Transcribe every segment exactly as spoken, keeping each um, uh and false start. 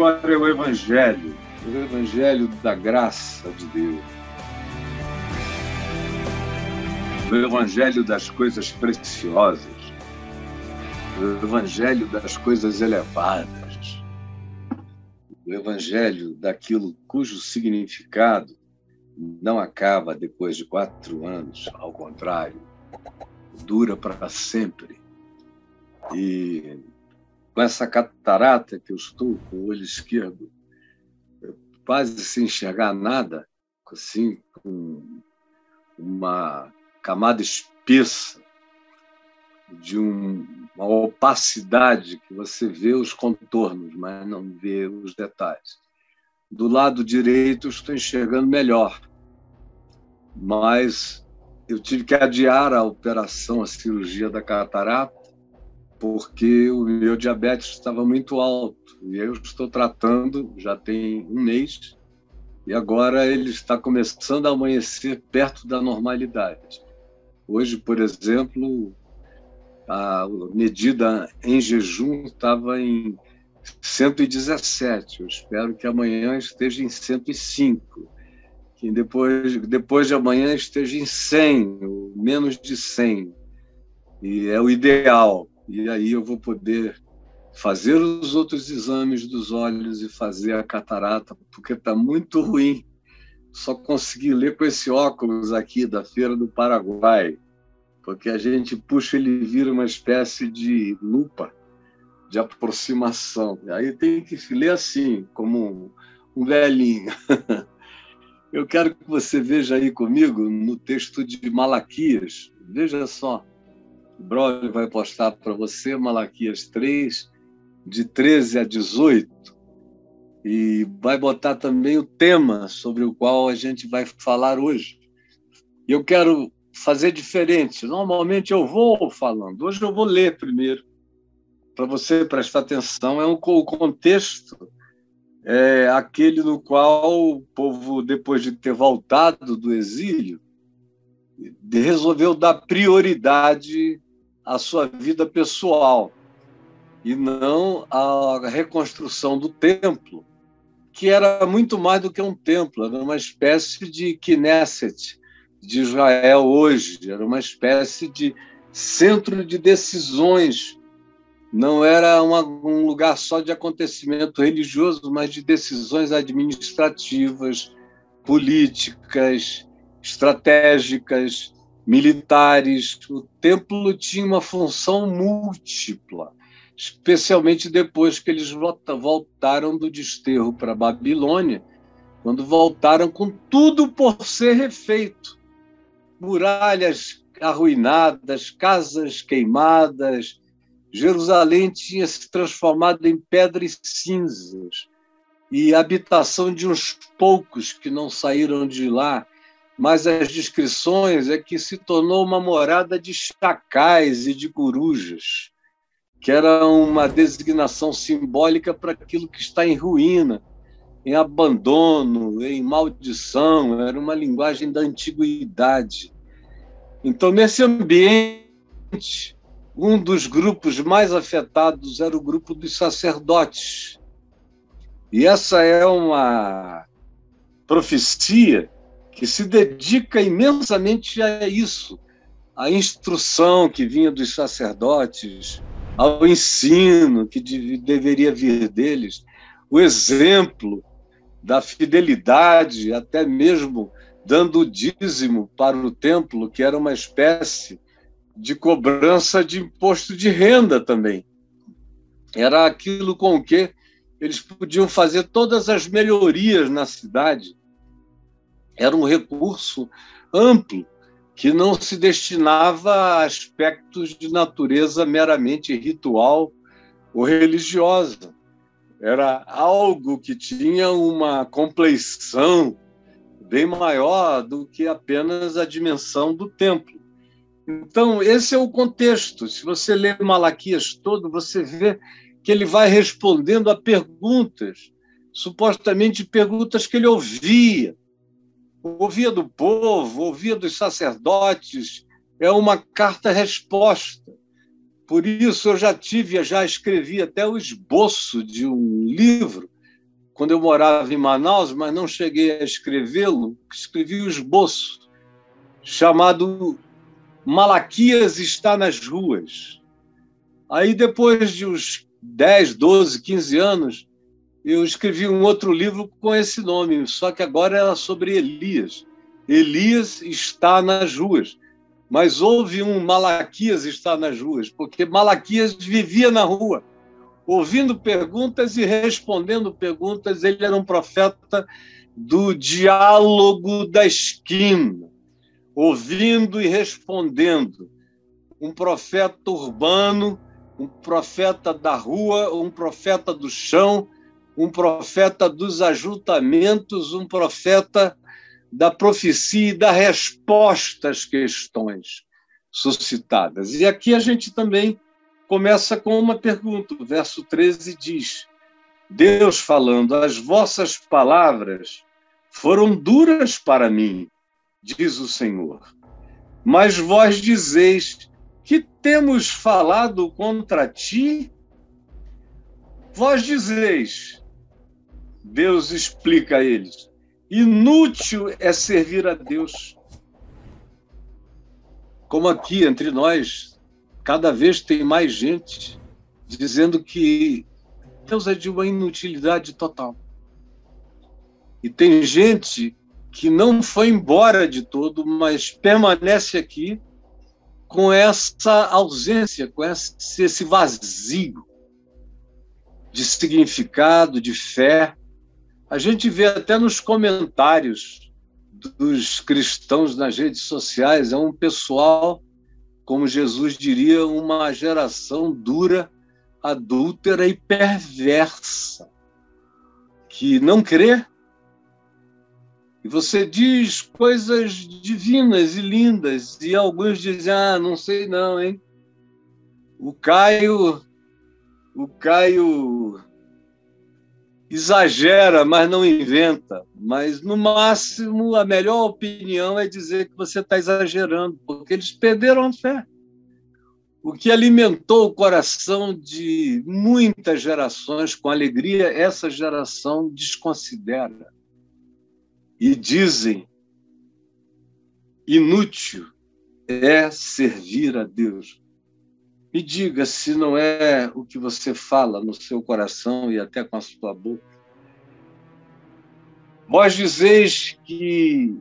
agora é o Evangelho, o Evangelho da graça de Deus, o Evangelho das coisas preciosas, o Evangelho das coisas elevadas, o Evangelho daquilo cujo significado não acaba depois de quatro anos, ao contrário, dura para sempre. E com essa catarata que eu estou, com o olho esquerdo, quase sem enxergar nada, assim, com uma camada espessa de um, uma opacidade que você vê os contornos, mas não vê os detalhes. Do lado direito, eu estou enxergando melhor, mas eu tive que adiar a operação, a cirurgia da catarata, porque o meu diabetes estava muito alto. E eu estou tratando, já tem um mês, e agora ele está começando a amanhecer perto da normalidade. Hoje, por exemplo, a medida em jejum estava em cento e dezessete. Eu espero que amanhã esteja em cento e cinco. Que depois, depois de amanhã esteja em cem, ou menos de cem. E é o ideal. E aí eu vou poder fazer os outros exames dos olhos e fazer a catarata, porque está muito ruim. Só consegui ler com esse óculos aqui da Feira do Paraguai, porque a gente puxa, ele vira uma espécie de lupa de aproximação. Aí tem que ler assim, como um velhinho. Eu quero que você veja aí comigo no texto de Malaquias. Veja só. O Broly vai postar para você Malaquias três, de treze a dezoito, e vai botar também o tema sobre o qual a gente vai falar hoje. E eu quero fazer diferente. Normalmente eu vou falando. Hoje eu vou ler primeiro, para você prestar atenção. É um, o contexto é aquele no qual o povo, depois de ter voltado do exílio, resolveu dar prioridade à sua vida pessoal e não à reconstrução do templo, que era muito mais do que um templo, era uma espécie de Knesset de Israel hoje, era uma espécie de centro de decisões, não era uma, um lugar só de acontecimento religioso, mas de decisões administrativas, políticas, estratégicas, militares. O templo tinha uma função múltipla, especialmente depois que eles voltaram do desterro para a Babilônia, quando voltaram com tudo por ser refeito. Muralhas arruinadas, casas queimadas, Jerusalém tinha se transformado em pedras cinzas e a habitação de uns poucos que não saíram de lá, mas as descrições é que se tornou uma morada de chacais e de corujas, que era uma designação simbólica para aquilo que está em ruína, em abandono, em maldição, era uma linguagem da antiguidade. Então, nesse ambiente, um dos grupos mais afetados era o grupo dos sacerdotes. E essa é uma profecia que se dedica imensamente a isso, à instrução que vinha dos sacerdotes, ao ensino que deveria vir deles, o exemplo da fidelidade, até mesmo dando o dízimo para o templo, que era uma espécie de cobrança de imposto de renda também. Era aquilo com o que eles podiam fazer todas as melhorias na cidade. Era um recurso amplo, que não se destinava a aspectos de natureza meramente ritual ou religiosa. Era algo que tinha uma compleição bem maior do que apenas a dimensão do templo. Então, esse é o contexto. Se você lê Malaquias todo, você vê que ele vai respondendo a perguntas, supostamente perguntas que ele ouvia. Ouvia do povo, ouvia dos sacerdotes. É uma carta-resposta. Por isso, eu já tive, já escrevi até o esboço de um livro quando eu morava em Manaus, mas não cheguei a escrevê-lo, escrevi o esboço, chamado Malaquias está nas ruas. Aí, depois de uns dez, doze, quinze anos, eu escrevi um outro livro com esse nome, só que agora era sobre Elias. Elias está nas ruas. Mas houve um Malaquias está nas ruas, porque Malaquias vivia na rua, ouvindo perguntas e respondendo perguntas. Ele era um profeta do diálogo da esquina, ouvindo e respondendo. Um profeta urbano, um profeta da rua, um profeta do chão, um profeta dos ajuntamentos, um profeta da profecia e da resposta às questões suscitadas. E aqui a gente também começa com uma pergunta. O verso treze diz: Deus falando, as vossas palavras foram duras para mim, diz o Senhor. Mas vós dizeis: que temos falado contra ti? Vós dizeis, Deus explica a eles, inútil é servir a Deus. Como aqui entre nós, cada vez tem mais gente dizendo que Deus é de uma inutilidade total. E tem gente que não foi embora de todo, mas permanece aqui com essa ausência, com esse vazio de significado, de fé. A gente vê até nos comentários dos cristãos nas redes sociais, é um pessoal, como Jesus diria, uma geração dura, adúltera e perversa, que não crê. E você diz coisas divinas e lindas, e alguns dizem, ah, não sei não, hein? O Caio, o Caio exagera, mas não inventa. Mas, no máximo, a melhor opinião é dizer que você está exagerando, porque eles perderam a fé. O que alimentou o coração de muitas gerações com alegria, essa geração desconsidera. E dizem, inútil é servir a Deus. Me diga se não é o que você fala no seu coração e até com a sua boca. Vós dizeis que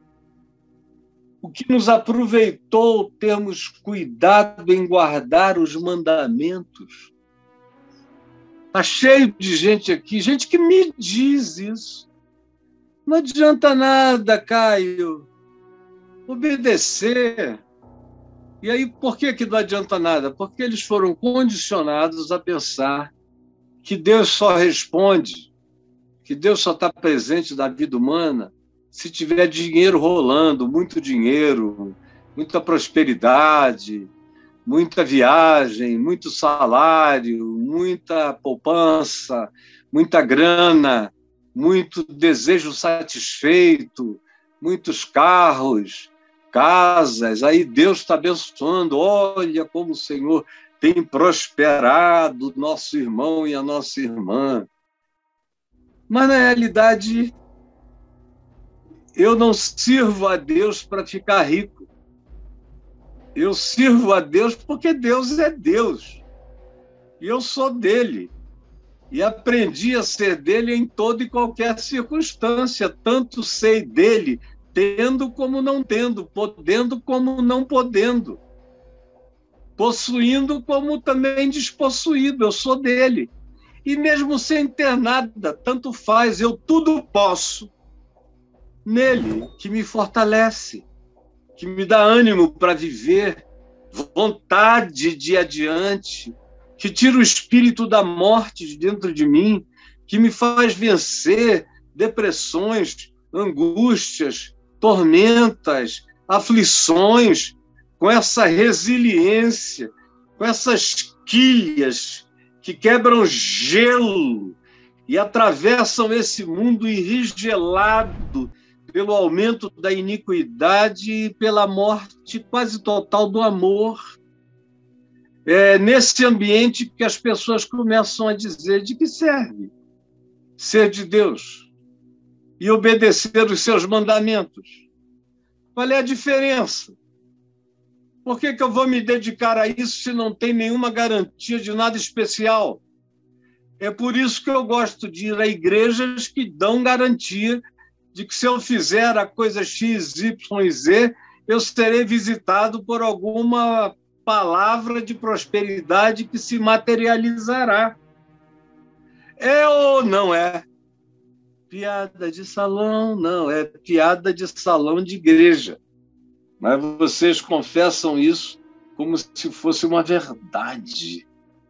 o que nos aproveitou termos cuidado em guardar os mandamentos. Está cheio de gente aqui, gente que me diz isso. Não adianta nada, Caio, obedecer. E aí, por que que não adianta nada? Porque eles foram condicionados a pensar que Deus só responde, que Deus só está presente na vida humana se tiver dinheiro rolando, muito dinheiro, muita prosperidade, muita viagem, muito salário, muita poupança, muita grana, muito desejo satisfeito, muitos carros, casas, aí Deus está abençoando. Olha como o Senhor tem prosperado nosso irmão e a nossa irmã. Mas, na realidade, eu não sirvo a Deus para ficar rico. Eu sirvo a Deus porque Deus é Deus. E eu sou dele. E aprendi a ser dele em toda e qualquer circunstância. Tanto sei dele, tendo como não tendo, podendo como não podendo, possuindo como também despossuído. Eu sou dele. E mesmo sem ter nada, tanto faz, eu tudo posso nele, que me fortalece, que me dá ânimo para viver, vontade de ir adiante, que tira o espírito da morte de dentro de mim, que me faz vencer depressões, angústias, tormentas, aflições, com essa resiliência, com essas quilhas que quebram gelo e atravessam esse mundo enrigelado pelo aumento da iniquidade e pela morte quase total do amor. É nesse ambiente que as pessoas começam a dizer: de que serve ser de Deus e obedecer os seus mandamentos. Qual é a diferença? Por que que eu vou me dedicar a isso se não tem nenhuma garantia de nada especial? É por isso que eu gosto de ir a igrejas que dão garantia de que se eu fizer a coisa X, Y e Z, eu serei visitado por alguma palavra de prosperidade que se materializará. É ou não é? Piada de salão, não, é piada de salão de igreja. Mas vocês confessam isso como se fosse uma verdade.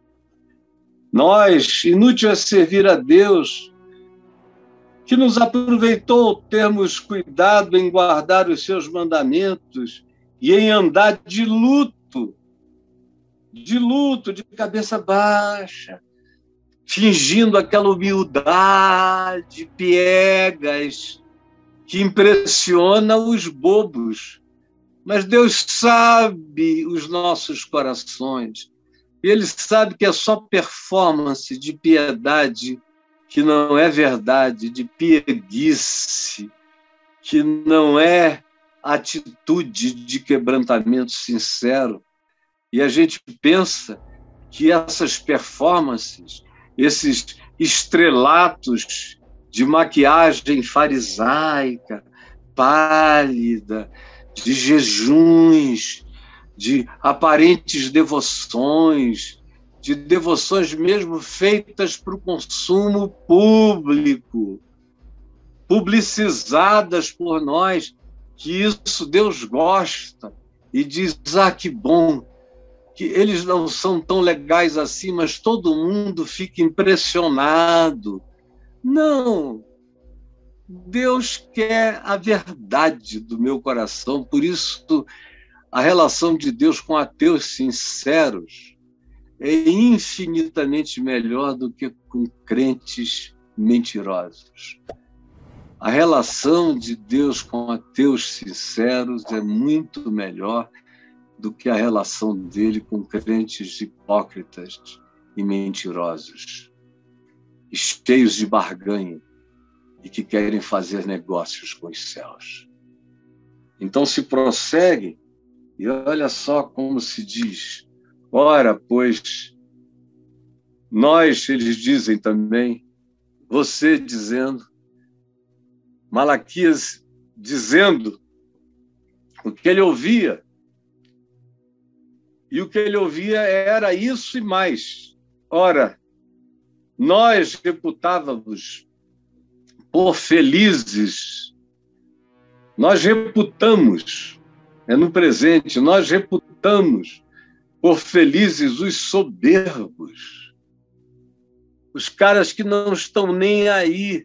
Nós, inútil é servir a Deus, que nos aproveitou termos cuidado em guardar os seus mandamentos e em andar de luto, de luto, de cabeça baixa, fingindo aquela humildade piegas que impressiona os bobos. Mas Deus sabe os nossos corações. E Ele sabe que é só performance de piedade que não é verdade, de pieguice, que não é atitude de quebrantamento sincero. E a gente pensa que essas performances, esses estrelatos de maquiagem farisaica, pálida, de jejuns, de aparentes devoções, de devoções mesmo feitas para o consumo público, publicizadas por nós, que isso Deus gosta e diz, ah, que bom, que eles não são tão legais assim, mas todo mundo fica impressionado. Não, Deus quer a verdade do meu coração, por isso a relação de Deus com ateus sinceros é infinitamente melhor do que com crentes mentirosos. A relação de Deus com ateus sinceros é muito melhor do que a relação dele com crentes hipócritas e mentirosos, e cheios de barganha e que querem fazer negócios com os céus. Então se prossegue e olha só como se diz. Ora, pois, nós, eles dizem também, você dizendo, Malaquias dizendo o que ele ouvia. E o que ele ouvia era isso e mais. Ora, nós reputávamos por felizes, nós reputamos, é no presente, nós reputamos por felizes os soberbos, os caras que não estão nem aí,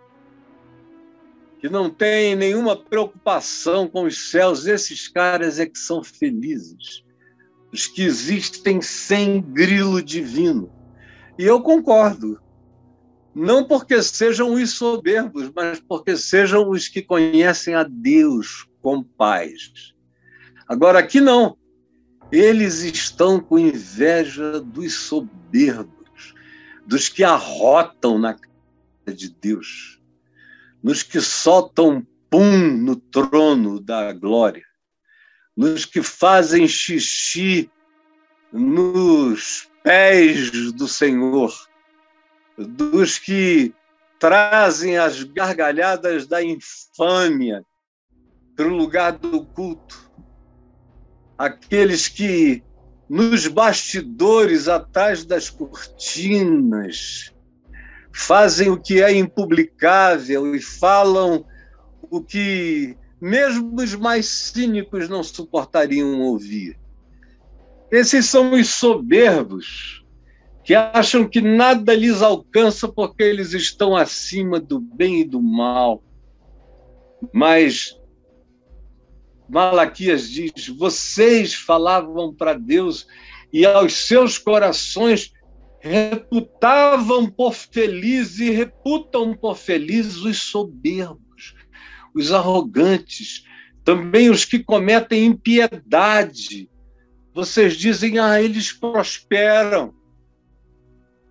que não têm nenhuma preocupação com os céus, esses caras é que são felizes, os que existem sem grilo divino. E eu concordo, não porque sejam os soberbos, mas porque sejam os que conhecem a Deus com paz. Agora, aqui não. Eles estão com inveja dos soberbos, dos que arrotam na cara de Deus, nos que soltam pum no trono da glória, nos que fazem xixi nos pés do Senhor, dos que trazem as gargalhadas da infâmia para o lugar do culto, aqueles que nos bastidores, atrás das cortinas, fazem o que é impublicável e falam o que mesmo os mais cínicos não suportariam ouvir. Esses são os soberbos, que acham que nada lhes alcança porque eles estão acima do bem e do mal. Mas Malaquias diz, vocês falavam para Deus e aos seus corações reputavam por felizes e reputam por felizes os soberbos, os arrogantes, também os que cometem impiedade. Vocês dizem, ah, eles prosperam.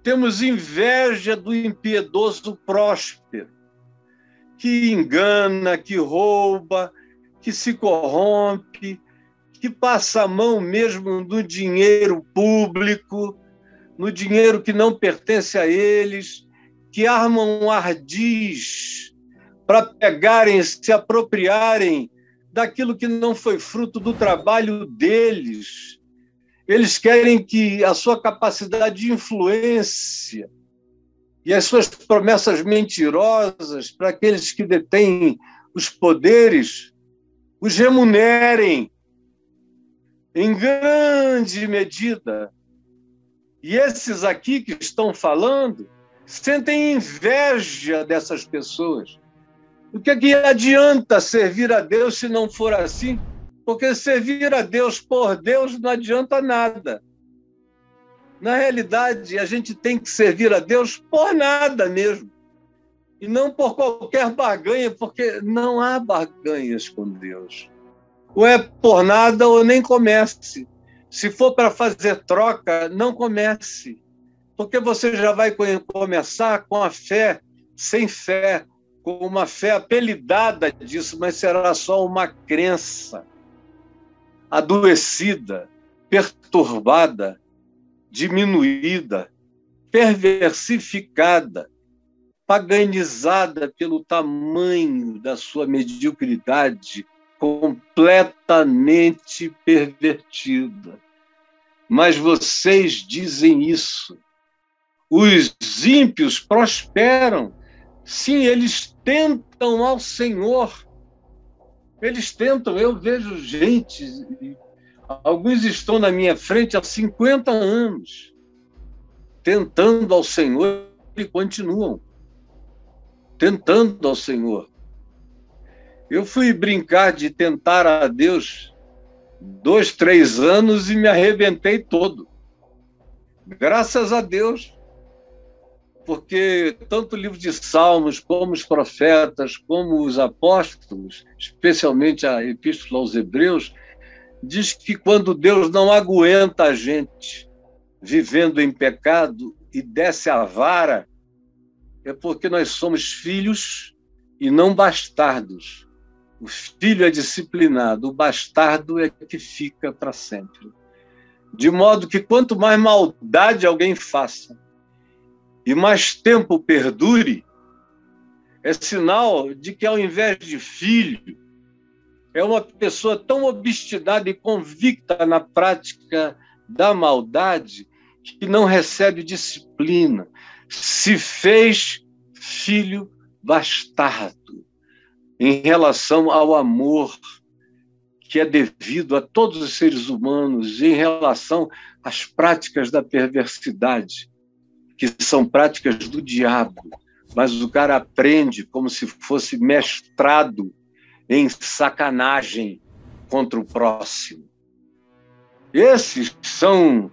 temos inveja do impiedoso próspero, que engana, que rouba, que se corrompe, que passa a mão mesmo no dinheiro público, no dinheiro que não pertence a eles, que armam ardis para pegarem, se apropriarem daquilo que não foi fruto do trabalho deles. Eles querem que a sua capacidade de influência e as suas promessas mentirosas para aqueles que detêm os poderes os remunerem em grande medida. E esses aqui que estão falando sentem inveja dessas pessoas. O que, é que adianta servir a Deus se não for assim? Porque servir a Deus por Deus não adianta nada. Na realidade, a gente tem que servir a Deus por nada mesmo. E não por qualquer barganha, porque não há barganhas com Deus. Ou é por nada ou nem comece. Se for para fazer troca, não comece. Porque você já vai começar com a fé, sem fé, com uma fé apelidada disso, mas será só uma crença adoecida, perturbada, diminuída, perversificada, paganizada pelo tamanho da sua mediocridade, completamente pervertida. Mas vocês dizem isso. Os ímpios prosperam. Sim, eles tentam ao Senhor. Eles tentam. Eu vejo gente, alguns estão na minha frente há cinquenta anos, tentando ao Senhor e continuam tentando ao Senhor. Eu fui brincar de tentar a Deus dois, três anos e me arrebentei todo. Graças a Deus, porque tanto o livro de Salmos, como os profetas, como os apóstolos, especialmente a Epístola aos Hebreus, diz que quando Deus não aguenta a gente vivendo em pecado e desce a vara, é porque nós somos filhos e não bastardos. O filho é disciplinado, o bastardo é que fica para sempre. De modo que quanto mais maldade alguém faça e mais tempo perdure, é sinal de que, ao invés de filho, é uma pessoa tão obstinada e convicta na prática da maldade que não recebe disciplina. Se fez filho bastardo em relação ao amor que é devido a todos os seres humanos, em relação às práticas da perversidade, que são práticas do diabo, mas o cara aprende como se fosse mestrado em sacanagem contra o próximo. Esses são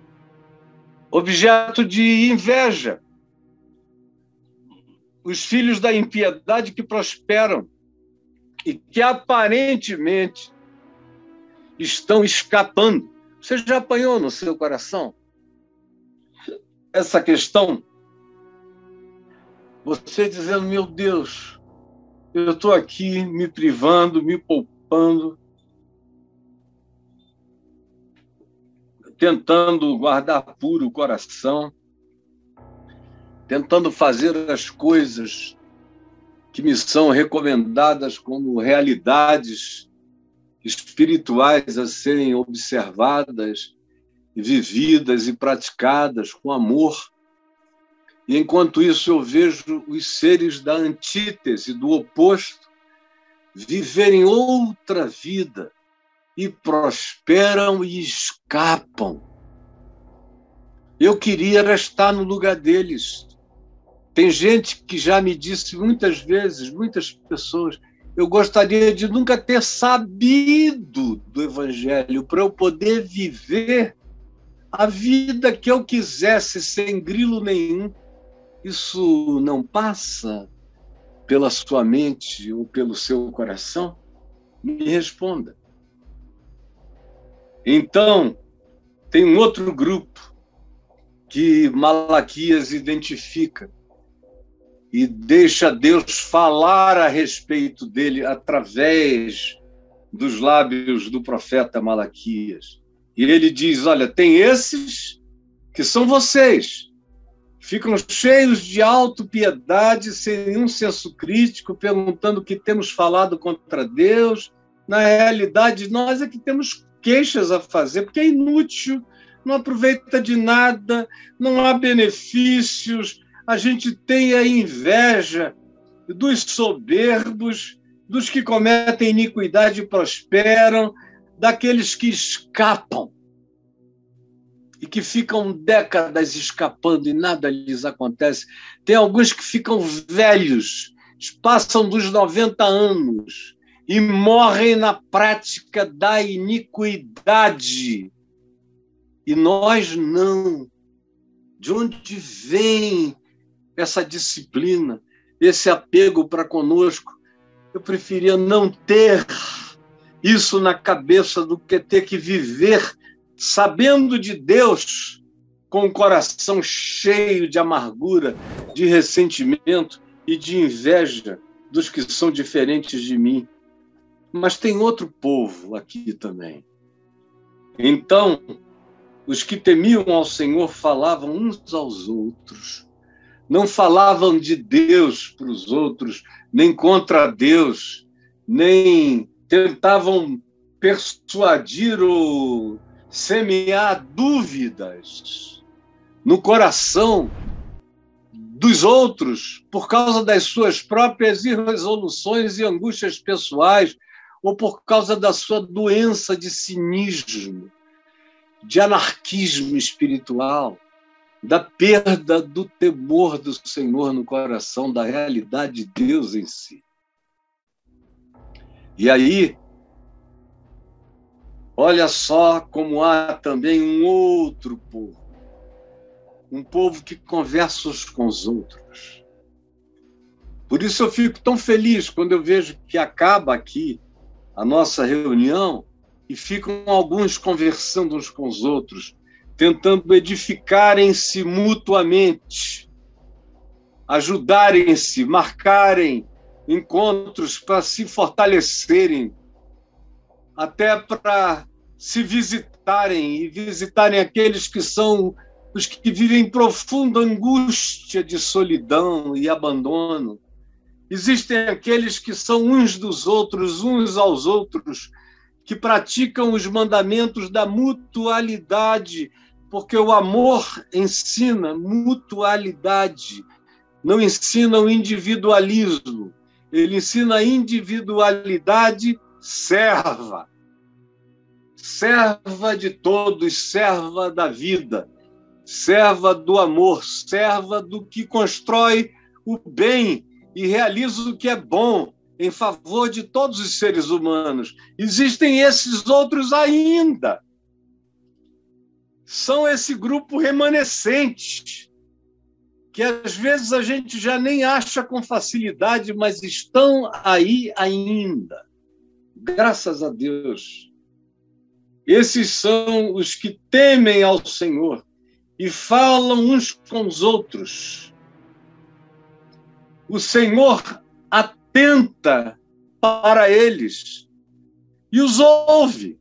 objeto de inveja. Os filhos da impiedade que prosperam e que aparentemente estão escapando. Você já apanhou no seu coração essa questão? Você dizendo, meu Deus, eu estou aqui me privando, me poupando, tentando guardar puro o coração, tentando fazer as coisas que me são recomendadas como realidades espirituais a serem observadas, vividas e praticadas com amor. E, enquanto isso, eu vejo os seres da antítese, do oposto, viverem outra vida e prosperam e escapam. Eu queria estar no lugar deles. Tem gente que já me disse muitas vezes, muitas pessoas, eu gostaria de nunca ter sabido do Evangelho para eu poder viver a vida que eu quisesse sem grilo nenhum. Isso não passa pela sua mente ou pelo seu coração? Me responda. Então, tem um outro grupo que Malaquias identifica e deixa Deus falar a respeito dele através dos lábios do profeta Malaquias. E ele diz, olha, tem esses que são vocês, ficam cheios de autopiedade, sem nenhum senso crítico, perguntando o que temos falado contra Deus. Na realidade, nós é que temos queixas a fazer, porque é inútil, não aproveita de nada, não há benefícios, a gente tem a inveja dos soberbos, dos que cometem iniquidade e prosperam, daqueles que escapam e que ficam décadas escapando e nada lhes acontece. Tem alguns que ficam velhos, passam dos noventa anos e morrem na prática da iniquidade. E nós não. De onde vem essa disciplina, esse apego para conosco? Eu preferia não ter isso na cabeça do que ter que viver sabendo de Deus com o coração cheio de amargura, de ressentimento e de inveja dos que são diferentes de mim. Mas tem outro povo aqui também. Então, os que temiam ao Senhor falavam uns aos outros. Não falavam de Deus para os outros, nem contra Deus, nem tentavam persuadir ou semear dúvidas no coração dos outros por causa das suas próprias irresoluções e angústias pessoais ou por causa da sua doença de cinismo, de anarquismo espiritual, da perda do temor do Senhor no coração, da realidade de Deus em si. E aí, olha só como há também um outro povo, um povo que conversa uns com os outros. Por isso eu fico tão feliz quando eu vejo que acaba aqui a nossa reunião e ficam alguns conversando uns com os outros, tentando edificarem-se mutuamente, ajudarem-se, marcarem encontros para se fortalecerem, até para se visitarem e visitarem aqueles que são os que vivem profunda angústia de solidão e abandono. Existem aqueles que são uns dos outros, uns aos outros, que praticam os mandamentos da mutualidade, porque o amor ensina mutualidade, não ensina o individualismo, ele ensina a individualidade serva, serva de todos, serva da vida, serva do amor, serva do que constrói o bem e realiza o que é bom em favor de todos os seres humanos. Existem esses outros ainda. São esse grupo remanescente, que às vezes a gente já nem acha com facilidade, mas estão aí ainda. Graças a Deus. Esses são os que temem ao Senhor e falam uns com os outros. O Senhor atenta para eles e os ouve.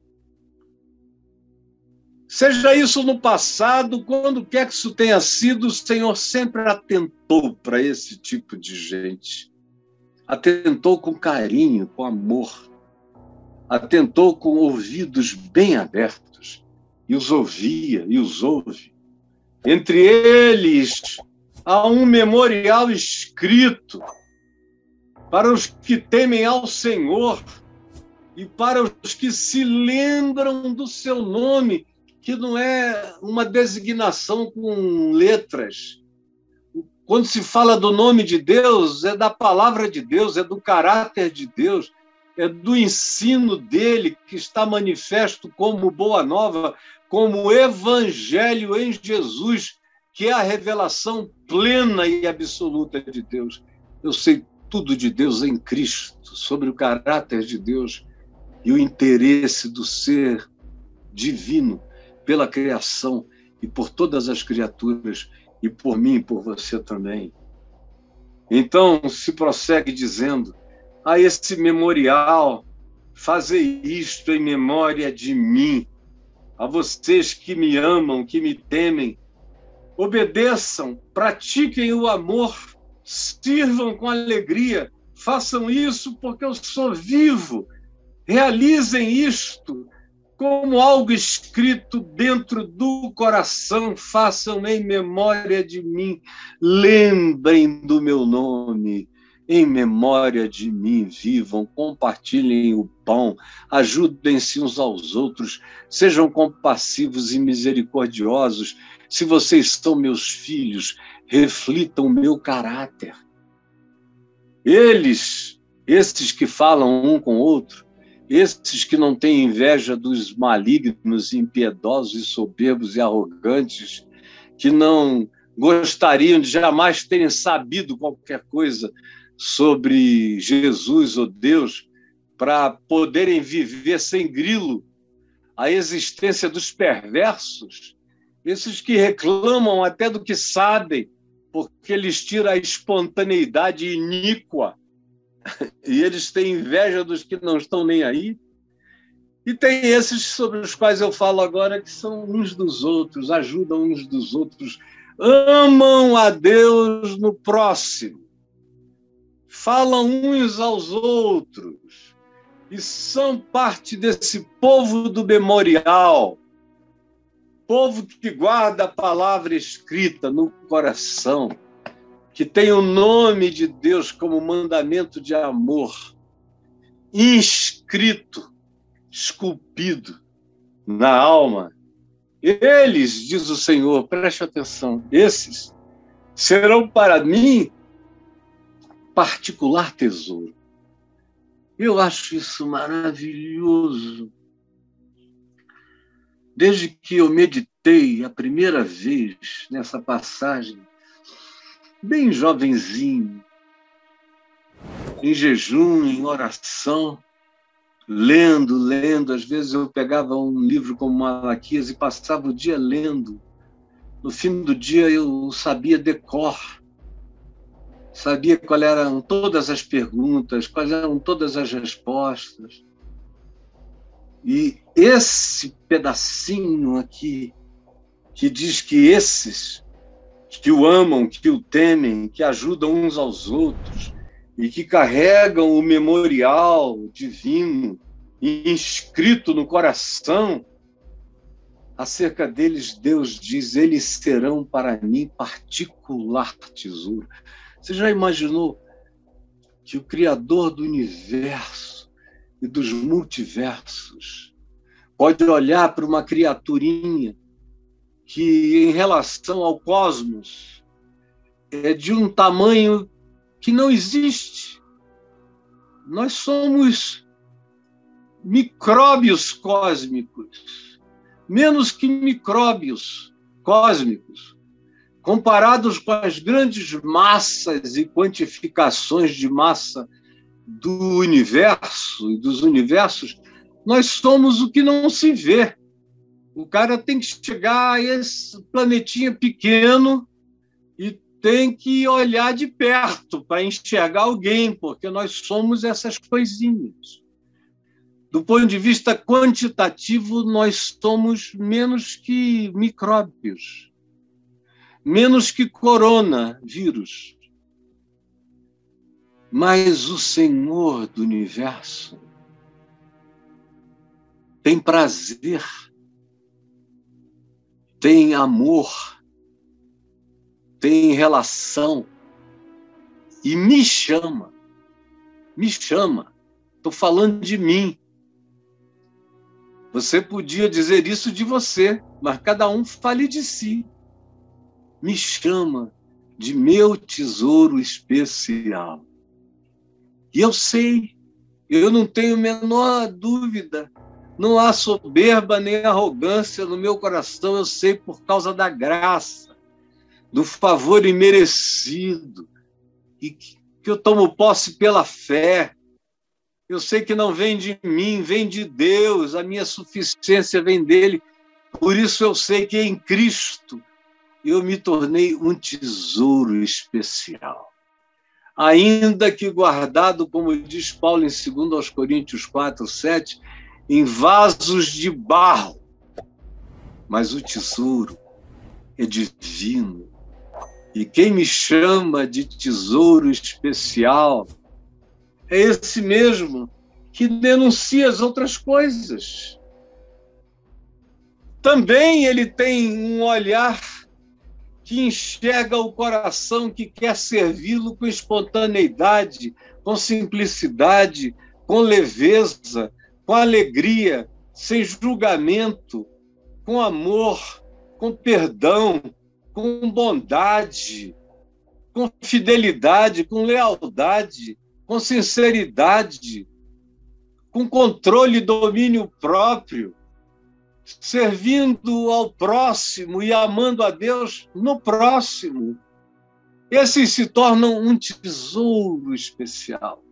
Seja isso no passado, quando quer que isso tenha sido, o Senhor sempre atentou para esse tipo de gente. Atentou com carinho, com amor. Atentou com ouvidos bem abertos e os ouvia e os ouve. Entre eles há um memorial escrito para os que temem ao Senhor e para os que se lembram do seu nome, que não é uma designação com letras. Quando se fala do nome de Deus, é da palavra de Deus, é do caráter de Deus, é do ensino dele que está manifesto como boa nova, como evangelho em Jesus, que é a revelação plena e absoluta de Deus. Eu sei tudo de Deus em Cristo, sobre o caráter de Deus e o interesse do ser divino pela criação e por todas as criaturas, e por mim e por você também. Então, se prossegue dizendo: a esse memorial, fazei isto em memória de mim. A vocês que me amam, que me temem, obedeçam, pratiquem o amor, sirvam com alegria, façam isso porque eu sou vivo. Realizem isto como algo escrito dentro do coração, façam em memória de mim, lembrem do meu nome, em memória de mim, vivam, compartilhem o pão, ajudem-se uns aos outros, sejam compassivos e misericordiosos. Se vocês são meus filhos, reflitam o meu caráter. Eles, esses que falam um com o outro, esses que não têm inveja dos malignos, impiedosos e soberbos e arrogantes, que não gostariam de jamais terem sabido qualquer coisa sobre Jesus ou Deus, para poderem viver sem grilo a existência dos perversos, esses que reclamam até do que sabem, porque eles tiram a espontaneidade iníqua, e eles têm inveja dos que não estão nem aí. E tem esses sobre os quais eu falo agora, que são uns dos outros, ajudam uns dos outros, amam a Deus no próximo, falam uns aos outros e são parte desse povo do memorial, povo que guarda a palavra escrita no coração, que tem o nome de Deus como mandamento de amor, inscrito, esculpido na alma. Eles, diz o Senhor, preste atenção, esses serão para mim particular tesouro. Eu acho isso maravilhoso. Desde que eu meditei a primeira vez nessa passagem, bem jovenzinho, em jejum, em oração, lendo, lendo. Às vezes eu pegava um livro como Malaquias e passava o dia lendo. No fim do dia eu sabia de cor, sabia quais eram todas as perguntas, quais eram todas as respostas. E esse pedacinho aqui, que diz que esses que o amam, que o temem, que ajudam uns aos outros e que carregam o memorial divino inscrito no coração, acerca deles Deus diz: eles serão para mim particular tesouro. Você já imaginou que o Criador do universo e dos multiversos pode olhar para uma criaturinha que, em relação ao cosmos, é de um tamanho que não existe? Nós somos micróbios cósmicos, menos que micróbios cósmicos, comparados com as grandes massas e quantificações de massa do universo e dos universos. Nós somos o que não se vê. O cara tem que chegar a esse planetinha pequeno e tem que olhar de perto para enxergar alguém, porque nós somos essas coisinhas. Do ponto de vista quantitativo, nós somos menos que micróbios, menos que coronavírus. Mas o Senhor do universo tem prazer, tem amor, tem relação e me chama, me chama. Estou falando de mim. Você podia dizer isso de você, mas cada um fale de si. Me chama de meu tesouro especial. E eu sei, eu não tenho a menor dúvida, não há soberba nem arrogância no meu coração, eu sei por causa da graça, do favor imerecido, e que eu tomo posse pela fé. Eu sei que não vem de mim, vem de Deus, a minha suficiência vem dele. Por isso eu sei que em Cristo eu me tornei um tesouro especial. Ainda que guardado, como diz Paulo em segundo aos Coríntios quatro, sete, em vasos de barro. Mas o tesouro é divino. E quem me chama de tesouro especial é esse mesmo que denuncia as outras coisas. Também ele tem um olhar que enxerga o coração, que quer servi-lo com espontaneidade, com simplicidade, com leveza, com alegria, sem julgamento, com amor, com perdão, com bondade, com fidelidade, com lealdade, com sinceridade, com controle e domínio próprio, servindo ao próximo e amando a Deus no próximo. Esses se tornam um tesouro especial.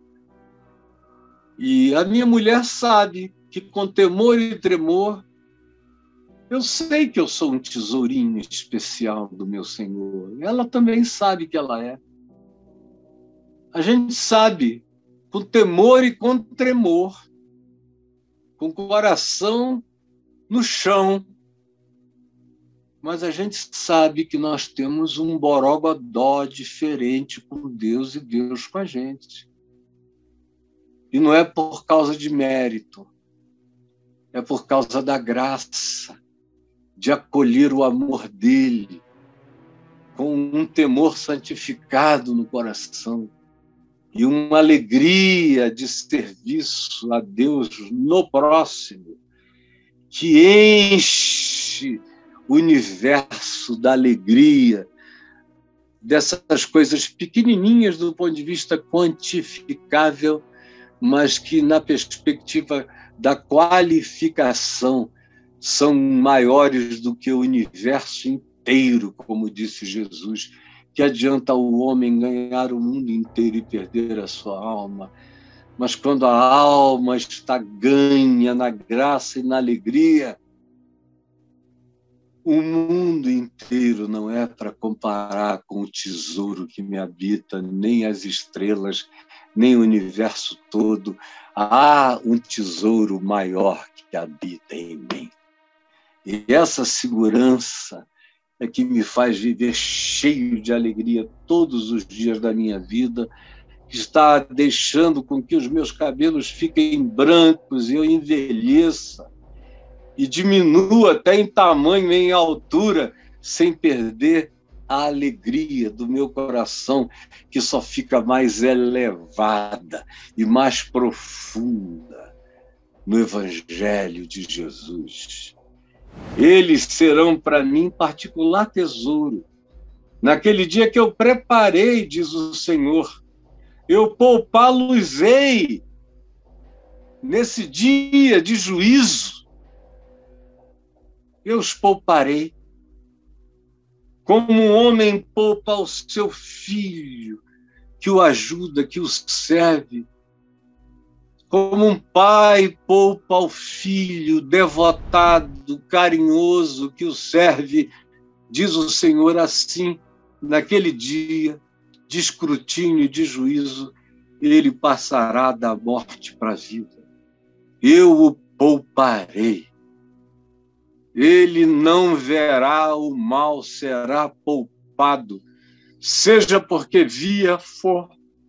E a minha mulher sabe que, com temor e tremor, eu sei que eu sou um tesourinho especial do meu Senhor. Ela também sabe que ela é. A gente sabe, com temor e com tremor, com o coração no chão, mas a gente sabe que nós temos um borogodó diferente com Deus e Deus com a gente. E não é por causa de mérito, é por causa da graça de acolher o amor dele com um temor santificado no coração e uma alegria de serviço a Deus no próximo, que enche o universo da alegria, dessas coisas pequenininhas do ponto de vista quantificável, mas que, na perspectiva da qualificação, são maiores do que o universo inteiro, como disse Jesus. Que adianta o homem ganhar o mundo inteiro e perder a sua alma? Mas quando a alma está ganha na graça e na alegria, o mundo inteiro não é para comparar com o tesouro que me habita, nem as estrelas, nem o universo todo. Há um tesouro maior que habita em mim. E essa segurança é que me faz viver cheio de alegria todos os dias da minha vida, que está deixando com que os meus cabelos fiquem brancos e eu envelheça e diminua até em tamanho, em altura, sem perder a alegria do meu coração, que só fica mais elevada e mais profunda no Evangelho de Jesus. Eles serão para mim particular tesouro. Naquele dia que eu preparei, diz o Senhor, eu poupá-los-ei nesse dia de juízo. Eu os pouparei. Como um homem poupa o seu filho, que o ajuda, que o serve. Como um pai poupa o filho devotado, carinhoso, que o serve, diz o Senhor, assim, naquele dia de escrutínio e de juízo, ele passará da morte para a vida. Eu o pouparei. Ele não verá o mal, será poupado, seja porque via for,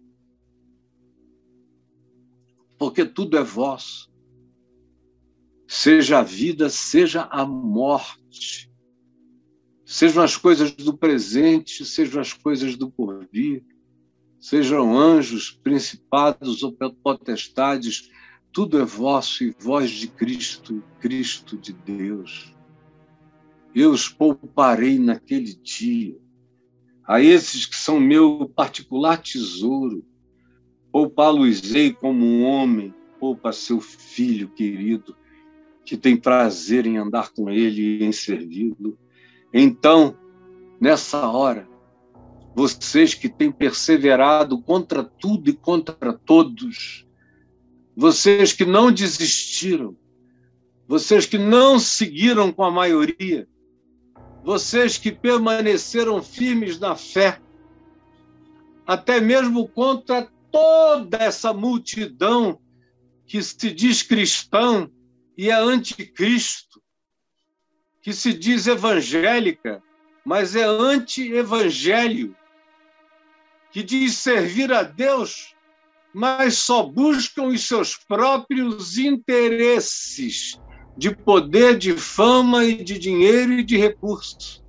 porque tudo é vosso. Seja a vida, seja a morte. Sejam as coisas do presente, sejam as coisas do porvir. Sejam anjos, principados ou potestades, tudo é vosso e vós de Cristo, e Cristo de Deus. Eu os pouparei naquele dia. A esses que são meu particular tesouro, poupá-los-ei como um homem poupa seu filho querido, que tem prazer em andar com ele e em servi-lo. Então, nessa hora, vocês que têm perseverado contra tudo e contra todos, vocês que não desistiram, vocês que não seguiram com a maioria, vocês que permaneceram firmes na fé, até mesmo contra toda essa multidão que se diz cristão e é anticristo, que se diz evangélica, mas é anti-evangelho, que diz servir a Deus, mas só buscam os seus próprios interesses de poder, de fama e de dinheiro e de recursos.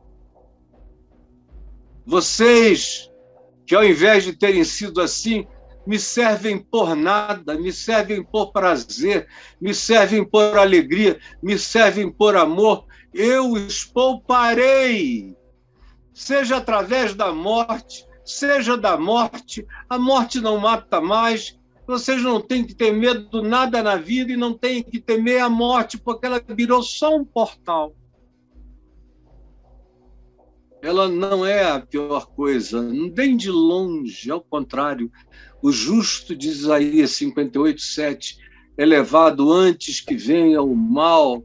Vocês, que ao invés de terem sido assim, me servem por nada, me servem por prazer, me servem por alegria, me servem por amor, eu os pouparei, seja através da morte, seja da morte, a morte não mata mais, vocês não têm que ter medo de nada na vida e não têm que temer a morte, porque ela virou só um portal. Ela não é a pior coisa, nem de longe, ao contrário. O justo de Isaías cinquenta e oito, sete, é levado antes que venha o mal.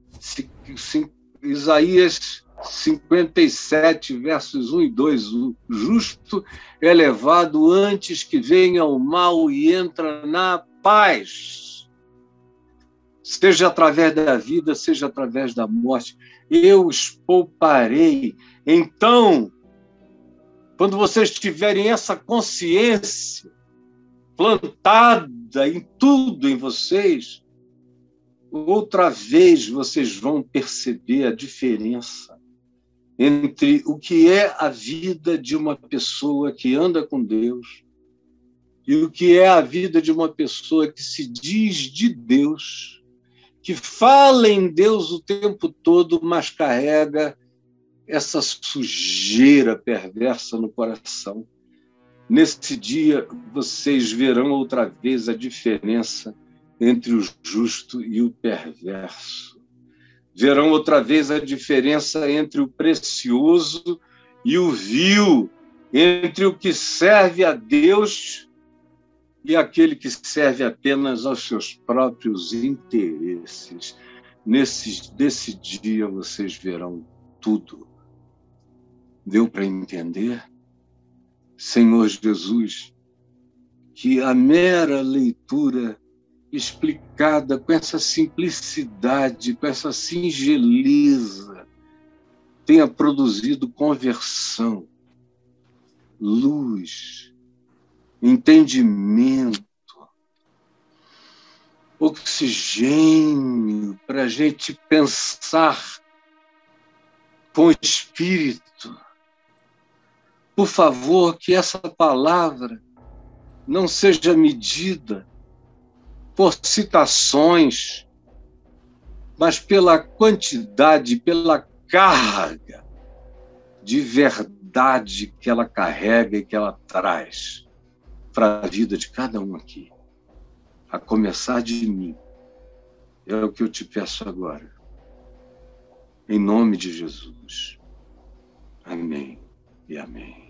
Isaías cinquenta e sete, versos um e dois, o justo é levado antes que venha o mal e entra na paz. Seja através da vida, seja através da morte, eu os pouparei. Então, quando vocês tiverem essa consciência plantada em tudo em vocês, outra vez vocês vão perceber a diferença entre o que é a vida de uma pessoa que anda com Deus e o que é a vida de uma pessoa que se diz de Deus, que fala em Deus o tempo todo, mas carrega essa sujeira perversa no coração. Nesse dia, vocês verão outra vez a diferença entre o justo e o perverso. Verão outra vez a diferença entre o precioso e o vil, entre o que serve a Deus e aquele que serve apenas aos seus próprios interesses. Nesse, nesse dia, vocês verão tudo. Deu para entender? Senhor Jesus, que a mera leitura explicada com essa simplicidade, com essa singeleza, tenha produzido conversão, luz, entendimento, oxigênio para a gente pensar com o espírito. Por favor, que essa palavra não seja medida por citações, mas pela quantidade, pela carga de verdade que ela carrega e que ela traz para a vida de cada um aqui, a começar de mim. É o que eu te peço agora. Em nome de Jesus. Amém e amém.